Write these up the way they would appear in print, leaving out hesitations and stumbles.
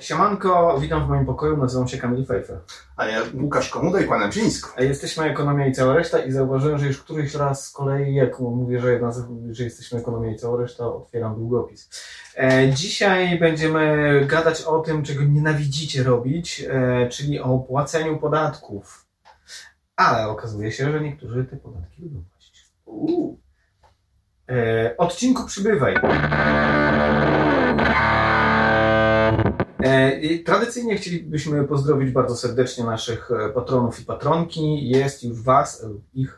Siemanko, witam w moim pokoju, nazywam się Kamil Fejfer. A ja Łukasz Komuda i kłaniam się nisko. Jesteśmy Ekonomia i cała reszta i zauważyłem, że już któryś raz z kolei, jak mówię, że jesteśmy Ekonomia i cała reszta, otwieram długopis. Dzisiaj będziemy gadać o tym, czego nienawidzicie robić, czyli o płaceniu podatków. Ale okazuje się, że niektórzy te podatki lubią płacić. Odcinku przybywaj. Tradycyjnie chcielibyśmy pozdrowić bardzo serdecznie naszych patronów i patronki. Jest już ich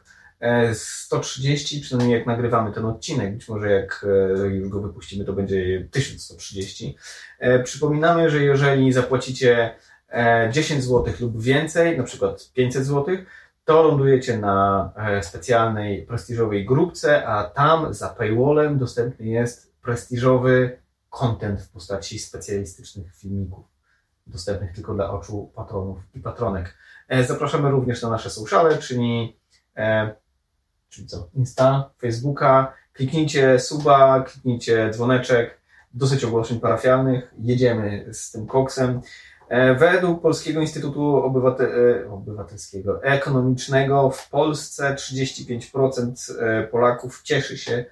130, przynajmniej jak nagrywamy ten odcinek. Być może jak już go wypuścimy, to będzie 1130. Przypominamy, że jeżeli zapłacicie 10 zł lub więcej, na przykład 500 zł, to lądujecie na specjalnej, prestiżowej grupce, a tam za paywallem dostępny jest prestiżowy content w postaci specjalistycznych filmików, dostępnych tylko dla oczu patronów i patronek. Zapraszamy również na nasze sociale, czyli co? Insta, Facebooka. Kliknijcie suba, kliknijcie dzwoneczek, dosyć ogłoszeń parafialnych. Jedziemy z tym koksem. Według Polskiego Instytutu Obywatelskiego Ekonomicznego w Polsce 35% Polaków cieszy się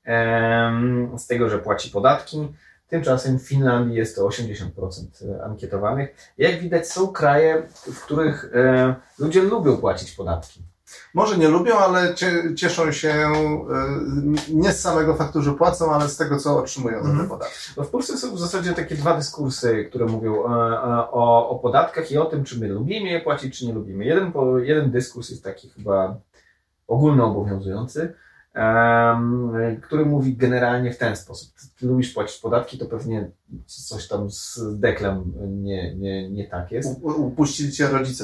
z tego, że płaci podatki. Tymczasem w Finlandii jest to 80% ankietowanych. Jak widać, są kraje, w których ludzie lubią płacić podatki. Może nie lubią, ale cieszą się nie z samego faktu, że płacą, ale z tego, co otrzymują za te podatki. Bo w Polsce są w zasadzie takie dwa dyskursy, które mówią o podatkach i o tym, czy my lubimy je płacić, czy nie lubimy. Jeden dyskurs jest taki chyba ogólnoobowiązujący, który mówi generalnie w ten sposób. Ty lubisz płacić podatki, to pewnie coś tam z deklem nie tak jest. Upuścili cię rodzice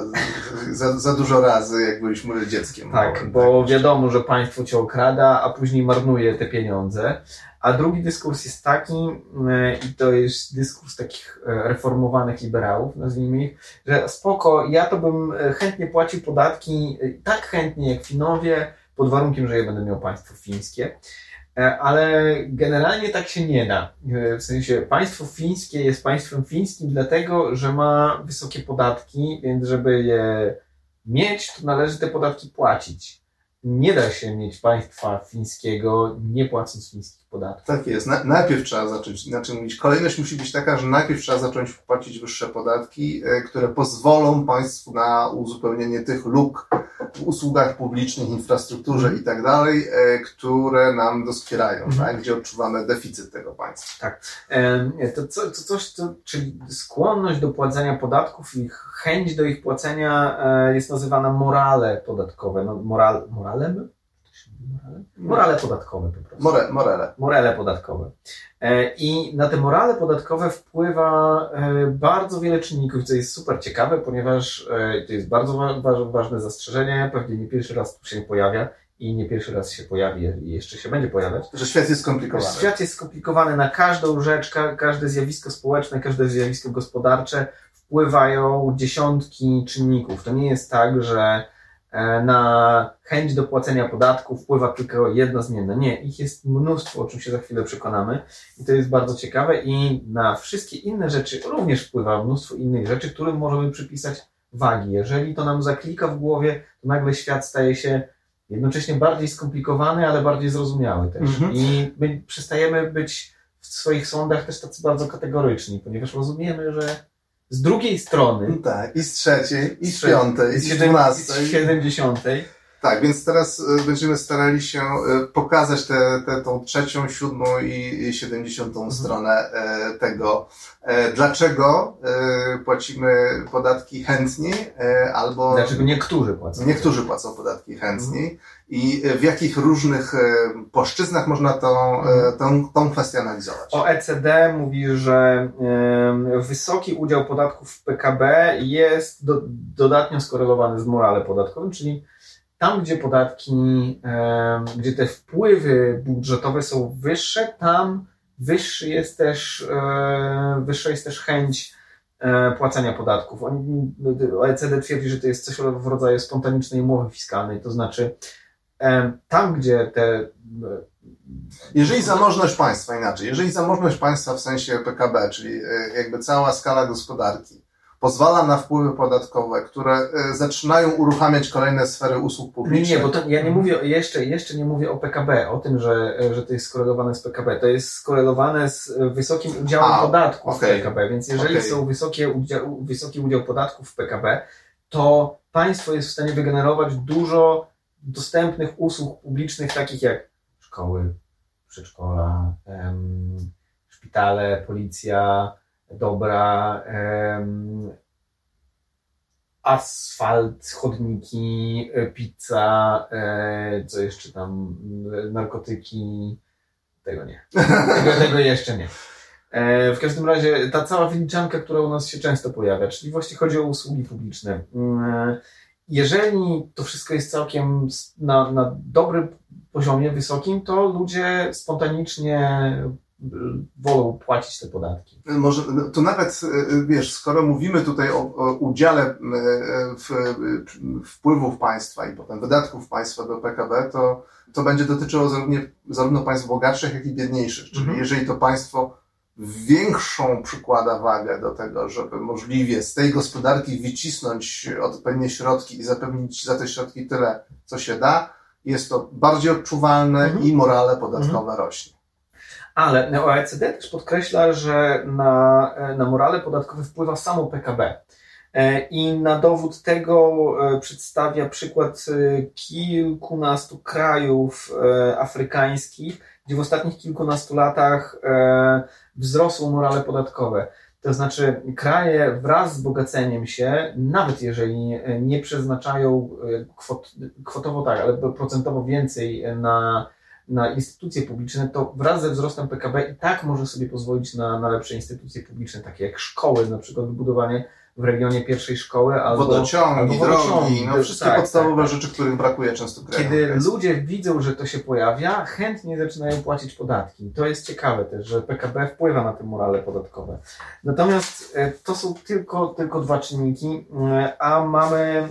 za dużo razy, jak byłeś młodym dzieckiem. Tak, bo wiadomo, że państwo cię okrada, a później marnuje te pieniądze. A drugi dyskurs jest taki, i to jest dyskurs takich reformowanych liberałów, nazwijmy ich, że spoko, ja to bym chętnie płacił podatki, tak chętnie jak Finowie, pod warunkiem, że je będę miał państwo fińskie, ale generalnie tak się nie da. W sensie państwo fińskie jest państwem fińskim dlatego, że ma wysokie podatki, więc żeby je mieć, to należy te podatki płacić. Nie da się mieć państwa fińskiego, nie płacąc fińskich podatków. Tak jest. Najpierw trzeba zacząć, mówić. Kolejność musi być taka, że najpierw trzeba zacząć płacić wyższe podatki, które pozwolą państwu na uzupełnienie tych luk w usługach publicznych, infrastrukturze i tak dalej, które nam doskwierają, tak? Gdzie odczuwamy deficyt tego państwa. Tak. Czyli skłonność do płacenia podatków i chęć do ich płacenia jest nazywana morale podatkowe. No, moralem? Morale podatkowe po prostu. Morale podatkowe. I na te morale podatkowe wpływa bardzo wiele czynników, co jest super ciekawe, ponieważ to jest bardzo ważne zastrzeżenie, pewnie nie pierwszy raz tu się pojawia i nie pierwszy raz się pojawi i jeszcze się będzie pojawiać. Że świat jest skomplikowany. Świat jest skomplikowany na każdą rzecz, każde zjawisko społeczne, każde zjawisko gospodarcze wpływają dziesiątki czynników. To nie jest tak, że na chęć do płacenia podatków wpływa tylko jedna zmienna. Nie, ich jest mnóstwo, o czym się za chwilę przekonamy i to jest bardzo ciekawe i na wszystkie inne rzeczy również wpływa mnóstwo innych rzeczy, którym możemy przypisać wagi. Jeżeli to nam zaklika w głowie, to nagle świat staje się jednocześnie bardziej skomplikowany, ale bardziej zrozumiały też. I my przestajemy być w swoich sądach też tacy bardzo kategoryczni, ponieważ rozumiemy, że z drugiej strony. Tak, i z trzeciej, i z piątej, i z 12. I z 70. Tak, więc teraz będziemy starali się pokazać tą trzecią, 7. i 70. stronę tego, dlaczego płacimy podatki chętniej, albo... Dlaczego niektórzy płacą podatki chętniej i w jakich różnych płaszczyznach można tą kwestię analizować. OECD mówi, że wysoki udział podatków w PKB jest dodatnio skorelowany z morale podatkowym, czyli tam, gdzie podatki, gdzie te wpływy budżetowe są wyższe, tam wyższa jest też chęć płacenia podatków. OECD twierdzi, że to jest coś w rodzaju spontanicznej umowy fiskalnej, to znaczy tam, gdzie te Jeżeli zamożność państwa w sensie PKB, czyli jakby cała skala gospodarki, pozwala na wpływy podatkowe, które zaczynają uruchamiać kolejne sfery usług publicznych. Nie, bo to ja nie mówię jeszcze nie mówię o PKB, o tym, że to jest skorelowane z PKB. To jest skorelowane z wysokim udziałem podatków w PKB, więc jeżeli są wysoki udział podatków w PKB, to państwo jest w stanie wygenerować dużo dostępnych usług publicznych, takich jak szkoły, przedszkola, szpitale, policja, dobra, asfalt, chodniki, pizza, co jeszcze tam, narkotyki, tego nie. Tego jeszcze nie. W każdym razie ta cała wyliczanka, która u nas się często pojawia, czyli właściwie chodzi o usługi publiczne. Jeżeli to wszystko jest całkiem na dobrym poziomie, wysokim, to ludzie spontanicznie wolą płacić te podatki. Może to nawet, wiesz, skoro mówimy tutaj o udziale wpływów państwa i potem wydatków państwa do PKB, to będzie dotyczyło zarówno państw bogatszych, jak i biedniejszych. Czyli jeżeli to państwo większą przykłada wagę do tego, żeby możliwie z tej gospodarki wycisnąć odpowiednie środki i zapewnić za te środki tyle, co się da, jest to bardziej odczuwalne i morale podatkowe rośnie. Ale OECD też podkreśla, że na morale podatkowe wpływa samo PKB. I na dowód tego przedstawia przykład kilkunastu krajów afrykańskich, gdzie w ostatnich kilkunastu latach wzrosło morale podatkowe. To znaczy kraje wraz z wzbogaceniem się, nawet jeżeli nie przeznaczają kwotowo tak, ale procentowo więcej na instytucje publiczne, to wraz ze wzrostem PKB i tak może sobie pozwolić na lepsze instytucje publiczne, takie jak szkoły, na przykład wybudowanie w regionie pierwszej szkoły, albo wodociągi, drogi, wszystkie podstawowe rzeczy, których brakuje często w krajach. Kiedy ludzie widzą, że to się pojawia, chętnie zaczynają płacić podatki. To jest ciekawe też, że PKB wpływa na te morale podatkowe. Natomiast to są tylko dwa czynniki, a mamy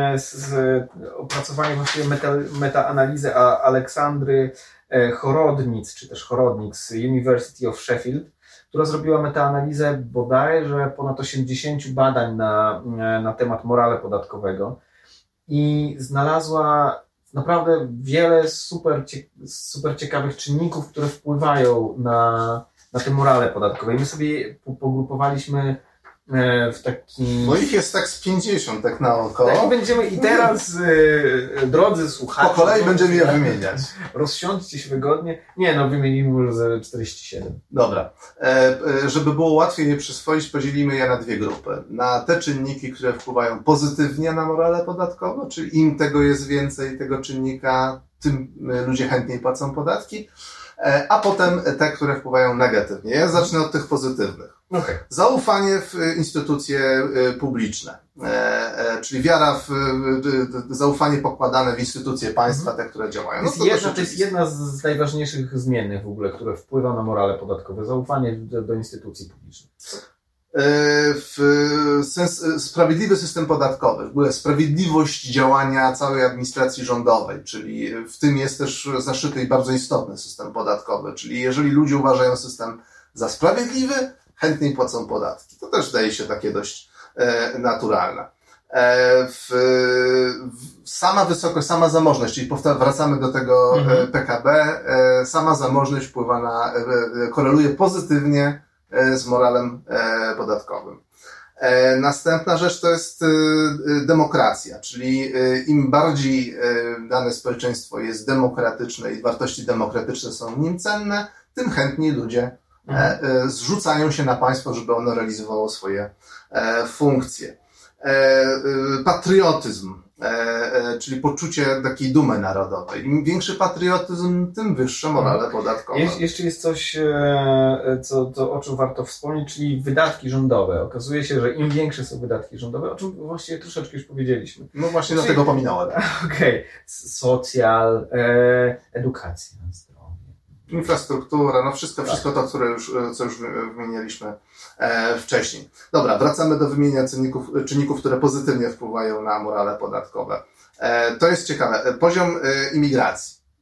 opracowanie właściwie metaanalizę Aleksandry Horodnic, czy też Horodnik z University of Sheffield, która zrobiła metaanalizę bodajże ponad 80 badań na temat morale podatkowego i znalazła naprawdę wiele super ciekawych czynników, które wpływają na te morale podatkowe. I my sobie pogrupowaliśmy w taki... No ich jest tak z 50, tak na oko. Tak, będziemy i teraz, drodzy słuchacze... Po kolei będziemy je wymieniać. Rozsiądźcie się wygodnie. Nie, wymienimy może ze 47. Dobra. Żeby było łatwiej je przyswoić, podzielimy je na dwie grupy. Na te czynniki, które wpływają pozytywnie na morale podatkowe, czyli im tego jest więcej, tego czynnika, tym ludzie chętniej płacą podatki, a potem te, które wpływają negatywnie. Ja zacznę od tych pozytywnych. Okay. Zaufanie w instytucje publiczne, czyli wiara zaufanie pokładane w instytucje państwa, te, które działają. To jest jedna z najważniejszych zmiennych w ogóle, które wpływa na morale podatkowe. Zaufanie do instytucji publicznych. Sprawiedliwy system podatkowy, w ogóle sprawiedliwość działania całej administracji rządowej, czyli w tym jest też zaszyty i bardzo istotny system podatkowy, czyli jeżeli ludzie uważają system za sprawiedliwy, chętniej płacą podatki. To też wydaje się takie dość naturalne. Sama wysokość, sama zamożność, czyli wracamy do tego PKB, sama zamożność wpływa koreluje pozytywnie z moralem podatkowym. Następna rzecz to jest demokracja, czyli im bardziej dane społeczeństwo jest demokratyczne i wartości demokratyczne są w nim cenne, tym chętniej ludzie zrzucają się na państwo, żeby ono realizowało swoje funkcje. Patriotyzm, czyli poczucie takiej dumy narodowej. Im większy patriotyzm, tym wyższe morale podatkowe. Jeszcze jest coś, o czym warto wspomnieć, czyli wydatki rządowe. Okazuje się, że im większe są wydatki rządowe, o czym właściwie troszeczkę już powiedzieliśmy. No właśnie dlatego pominąłem. Okej. Socjal, edukacja, zdrowie. Infrastruktura, wszystko to, co już wymienialiśmy wcześniej. Dobra, wracamy do wymienienia czynników, które pozytywnie wpływają na morale podatkowe. To jest ciekawe. Poziom imigracji.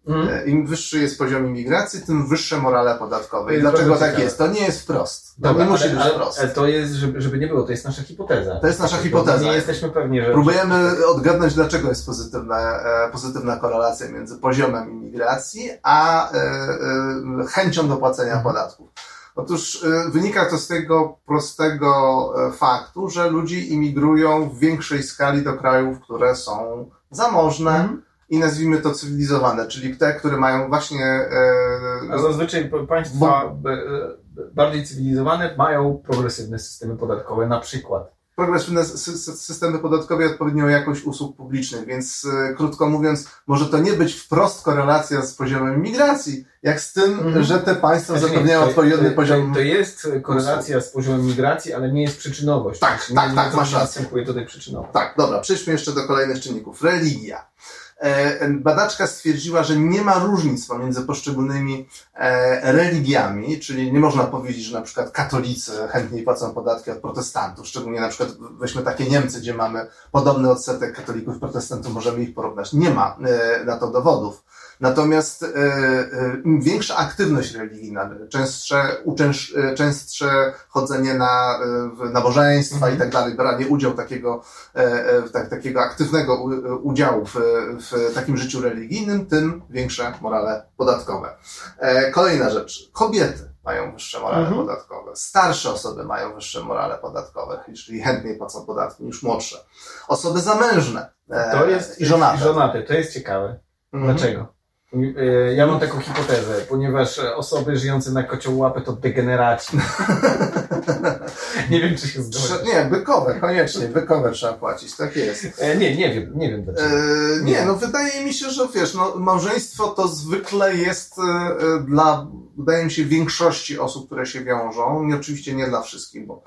Im wyższy jest poziom imigracji, tym wyższe morale podatkowe. I dlaczego tak jest? To nie jest wprost. Dobra, nie musi być wprost. Ale to jest, żeby nie było, to jest nasza hipoteza. To jest nasza hipoteza. Nie jesteśmy pewni, że... Próbujemy odgadnąć, dlaczego jest pozytywna korelacja między poziomem imigracji a chęcią do płacenia podatków. Otóż wynika to z tego prostego faktu, że ludzie imigrują w większej skali do krajów, które są zamożne i nazwijmy to cywilizowane, czyli te, które mają właśnie... A zazwyczaj państwa bardziej cywilizowane mają progresywne systemy podatkowe, na przykład. Progresywne systemy podatkowe i odpowiednią jakość usług publicznych, więc krótko mówiąc, może to nie być wprost korelacja z poziomem imigracji, jak z tym, że te państwa zapewniają odpowiedni poziom... To jest korelacja z poziomem migracji, ale nie jest przyczynowość. Tak, masz rację. Tutaj przyczynowość. Tak, dobra, przejdźmy jeszcze do kolejnych czynników. Religia. Badaczka stwierdziła, że nie ma różnic pomiędzy poszczególnymi religiami, czyli nie można powiedzieć, że na przykład katolicy chętniej płacą podatki od protestantów, szczególnie na przykład weźmy takie Niemcy, gdzie mamy podobny odsetek katolików i protestantów, możemy ich porównać. Nie ma na to dowodów. Im większa aktywność religijna, częstsze chodzenie na nabożeństwa i tak dalej, branie udziału takiego aktywnego udziału w takim życiu religijnym, tym większe morale podatkowe. Kolejna rzecz. Kobiety mają wyższe morale podatkowe. Starsze osoby mają wyższe morale podatkowe, czyli chętniej płacą podatki niż młodsze. Osoby zamężne i żonate. To jest ciekawe. Dlaczego? Ja mam taką hipotezę, ponieważ osoby żyjące na kocioł łapę to degeneraci. Nie wiem, czy się zgodzi. Nie, bykowe trzeba płacić, tak jest. Nie wiem dlaczego. Wydaje mi się, że małżeństwo to zwykle jest wydaje mi się, większości osób, które się wiążą, oczywiście nie dla wszystkich, bo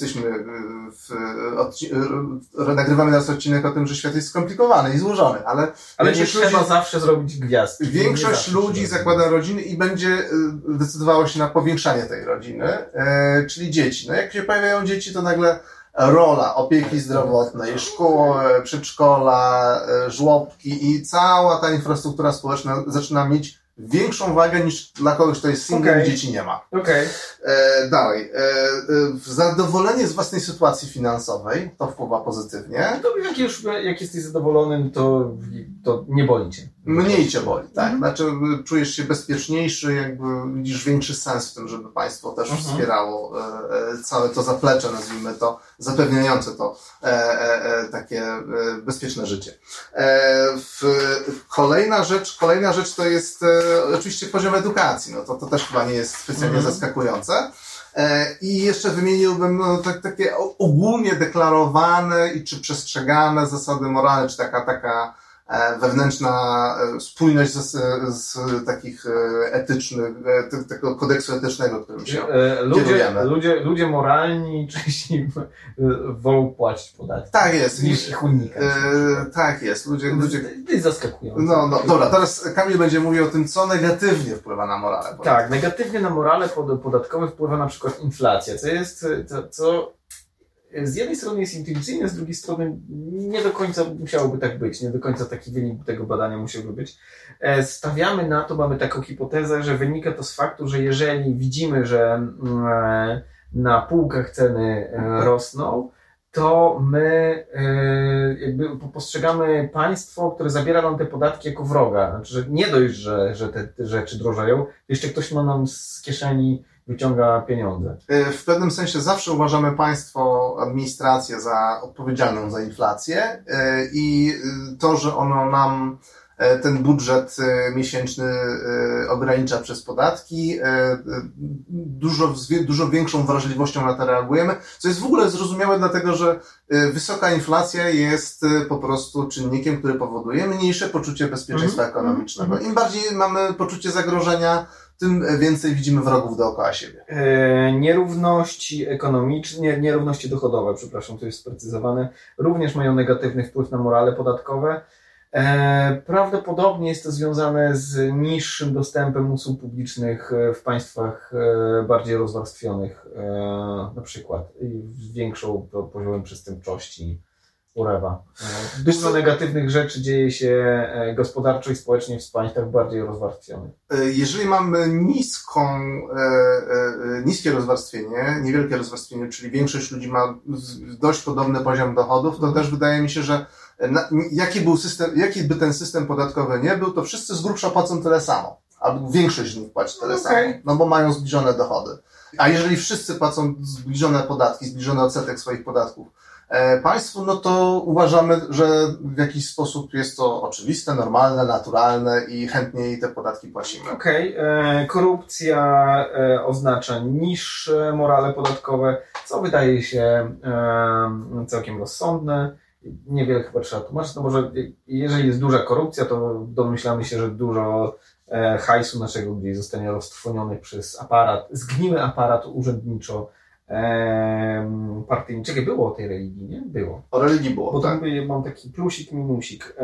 nagrywamy teraz odcinek o tym, że świat jest skomplikowany i złożony, ale nie trzeba zawsze zrobić gwiazd. Większość ludzi zakłada rodziny i będzie decydowało się na powiększanie tej rodziny, czyli dzieci. Jak się pojawiają dzieci, to nagle rola opieki zdrowotnej, szkół, przedszkola, żłobki i cała ta infrastruktura społeczna zaczyna mieć większą wagę niż dla kogoś, kto jest single i dzieci nie ma. Dalej. Zadowolenie z własnej sytuacji finansowej, to wpływa pozytywnie. To jak jesteś zadowolony, to nie boli cię. Mniej cię boli, tak. Znaczy czujesz się bezpieczniejszy, jakby widzisz większy sens w tym, żeby państwo też wspierało całe to zaplecze, nazwijmy to, zapewniające to takie bezpieczne życie. Kolejna rzecz to jest oczywiście poziom edukacji. To też chyba nie jest specjalnie zaskakujące. I jeszcze wymieniłbym takie ogólnie deklarowane i czy przestrzegane zasady moralne, czy taka wewnętrzna spójność z takich etycznych, tego kodeksu etycznego, którym się kierujemy. Ludzie moralni częściej wolą płacić podatki. Tak jest. Niż ich unikać. Tak jest. To jest zaskakujące. Dobra, teraz Kamil będzie mówił o tym, co negatywnie wpływa na morale podatkowe. Tak, negatywnie na morale podatkowe wpływa na przykład inflacja, co z jednej strony jest intuicyjne, z drugiej strony nie do końca musiałoby tak być, nie do końca taki wynik tego badania musiałby być. Stawiamy na to, mamy taką hipotezę, że wynika to z faktu, że jeżeli widzimy, że na półkach ceny rosną, to my jakby postrzegamy państwo, które zabiera nam te podatki jako wroga. Znaczy, że nie dość, że te rzeczy drożeją, jeszcze ktoś ma nam z kieszeni wyciąga pieniądze. W pewnym sensie zawsze uważamy państwo, administrację za odpowiedzialną za inflację i to, że ono nam ten budżet miesięczny ogranicza przez podatki, dużo większą wrażliwością na to reagujemy, co jest w ogóle zrozumiałe, dlatego że wysoka inflacja jest po prostu czynnikiem, który powoduje mniejsze poczucie bezpieczeństwa ekonomicznego. Im bardziej mamy poczucie zagrożenia, tym więcej widzimy wrogów dookoła siebie. Nierówności ekonomiczne, nierówności dochodowe, przepraszam, to jest sprecyzowane, również mają negatywny wpływ na morale podatkowe. Prawdopodobnie jest to związane z niższym dostępem usług publicznych w państwach bardziej rozwarstwionych, na przykład z większą poziomem przestępczości ulewa. Dużo negatywnych rzeczy dzieje się gospodarczo i społecznie w państwach bardziej rozwarstwionych. Jeżeli mamy niskie rozwarstwienie, niewielkie rozwarstwienie, czyli większość ludzi ma dość podobny poziom dochodów, to też wydaje mi się, że jaki by ten system podatkowy nie był, to wszyscy z grubsza płacą tyle samo. Albo większość z nich płaci tyle samo, no bo mają zbliżone dochody. A jeżeli wszyscy płacą zbliżone podatki, zbliżony odsetek swoich podatków państwu, no to uważamy, że w jakiś sposób jest to oczywiste, normalne, naturalne i chętniej te podatki płacimy. Korupcja oznacza niższe morale podatkowe, co wydaje się całkiem rozsądne. Niewiele chyba trzeba tłumaczyć, no może jeżeli jest duża korupcja, to domyślamy się, że dużo hajsu naszego gdzieś zostanie roztrwoniony przez zgniły aparat urzędniczo partyjny. Czekaj, było o tej religii, nie? Było. O religii było, bo tak. Mam taki plusik, minusik.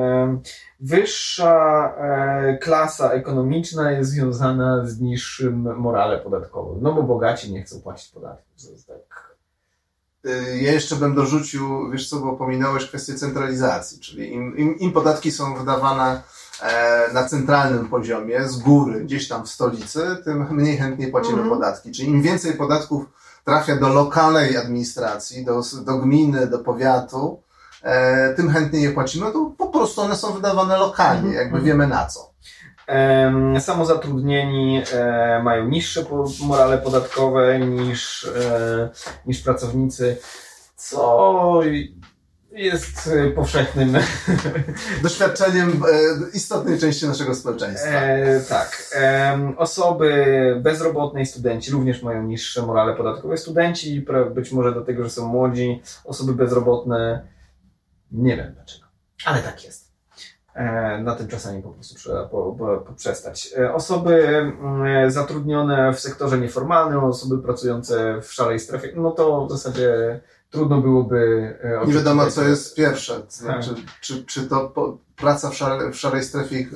Wyższa klasa ekonomiczna jest związana z niższym morale podatkowym, no bo bogaci nie chcą płacić podatków. To jest tak. Ja jeszcze bym dorzucił, wiesz co, bo pominąłeś kwestię centralizacji, czyli im podatki są wydawane na centralnym poziomie, z góry, gdzieś tam w stolicy, tym mniej chętnie płacimy podatki. Czyli im więcej podatków trafia do lokalnej administracji, do gminy, do powiatu, tym chętniej je płacimy, no to po prostu one są wydawane lokalnie, jakby wiemy na co. Samozatrudnieni mają niższe morale podatkowe niż pracownicy, co jest powszechnym doświadczeniem istotnej części naszego społeczeństwa. Tak. Osoby bezrobotne i studenci również mają niższe morale podatkowe. Studenci być może dlatego, że są młodzi, osoby bezrobotne nie wiem dlaczego, ale tak jest. Na tym czasami po prostu trzeba poprzestać. Osoby zatrudnione w sektorze nieformalnym, osoby pracujące w szarej strefie, no to w zasadzie trudno byłoby... Nie wiadomo, co jest pierwsze. To znaczy, czy to praca w szarej strefie ich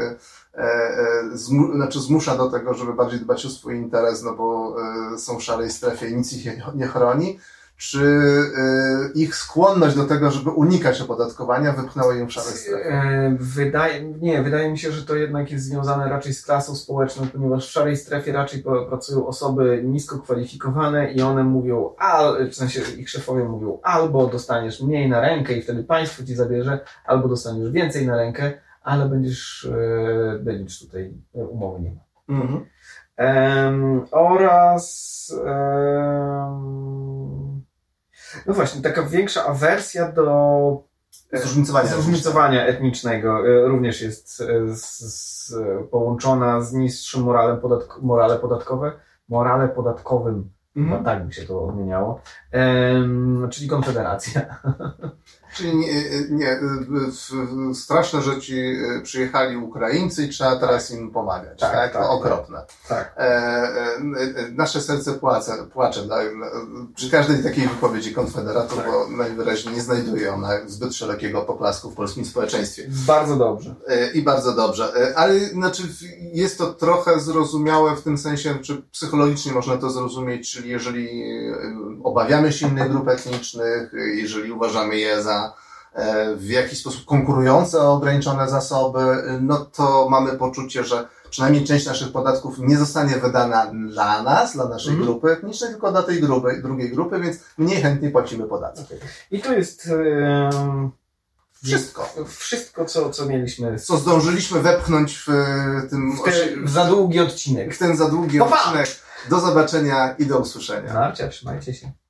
zmusza do tego, żeby bardziej dbać o swój interes, no bo są w szarej strefie i nic ich nie chroni, czy ich skłonność do tego, żeby unikać opodatkowania, wypchnęła im w szarej strefie? Wydaje mi się, że to jednak jest związane raczej z klasą społeczną, ponieważ w szarej strefie raczej pracują osoby nisko kwalifikowane i one mówią, w sensie ich szefowie mówią, albo dostaniesz mniej na rękę i wtedy państwo ci zabierze, albo dostaniesz więcej na rękę, ale będziesz tutaj, umowy nie ma. Oraz no właśnie, taka większa awersja do zróżnicowania etnicznego również jest połączona z niższym morale podatkowym, no tak by się to odmieniało, czyli Konfederacja. Czyli straszne, że ci przyjechali Ukraińcy i trzeba teraz im pomagać. Tak? To okropne. Tak. Nasze serce płacze przy każdej takiej wypowiedzi konfederatów, bo najwyraźniej nie znajduje ona zbyt szerokiego poklasku w polskim społeczeństwie. Bardzo dobrze. I bardzo dobrze. Ale jest to trochę zrozumiałe w tym sensie, czy psychologicznie można to zrozumieć, czyli jeżeli obawiamy się innych grup etnicznych, jeżeli uważamy je za w jakiś sposób konkurujące o ograniczone zasoby, no to mamy poczucie, że przynajmniej część naszych podatków nie zostanie wydana dla nas, dla naszej grupy etnicznej, tylko dla tej drugiej grupy, więc mniej chętnie płacimy podatki. Okay. I to jest wszystko, co mieliśmy. Co zdążyliśmy wepchnąć w za długi odcinek. W ten za długi odcinek. Do zobaczenia i do usłyszenia. Narcia, trzymajcie się.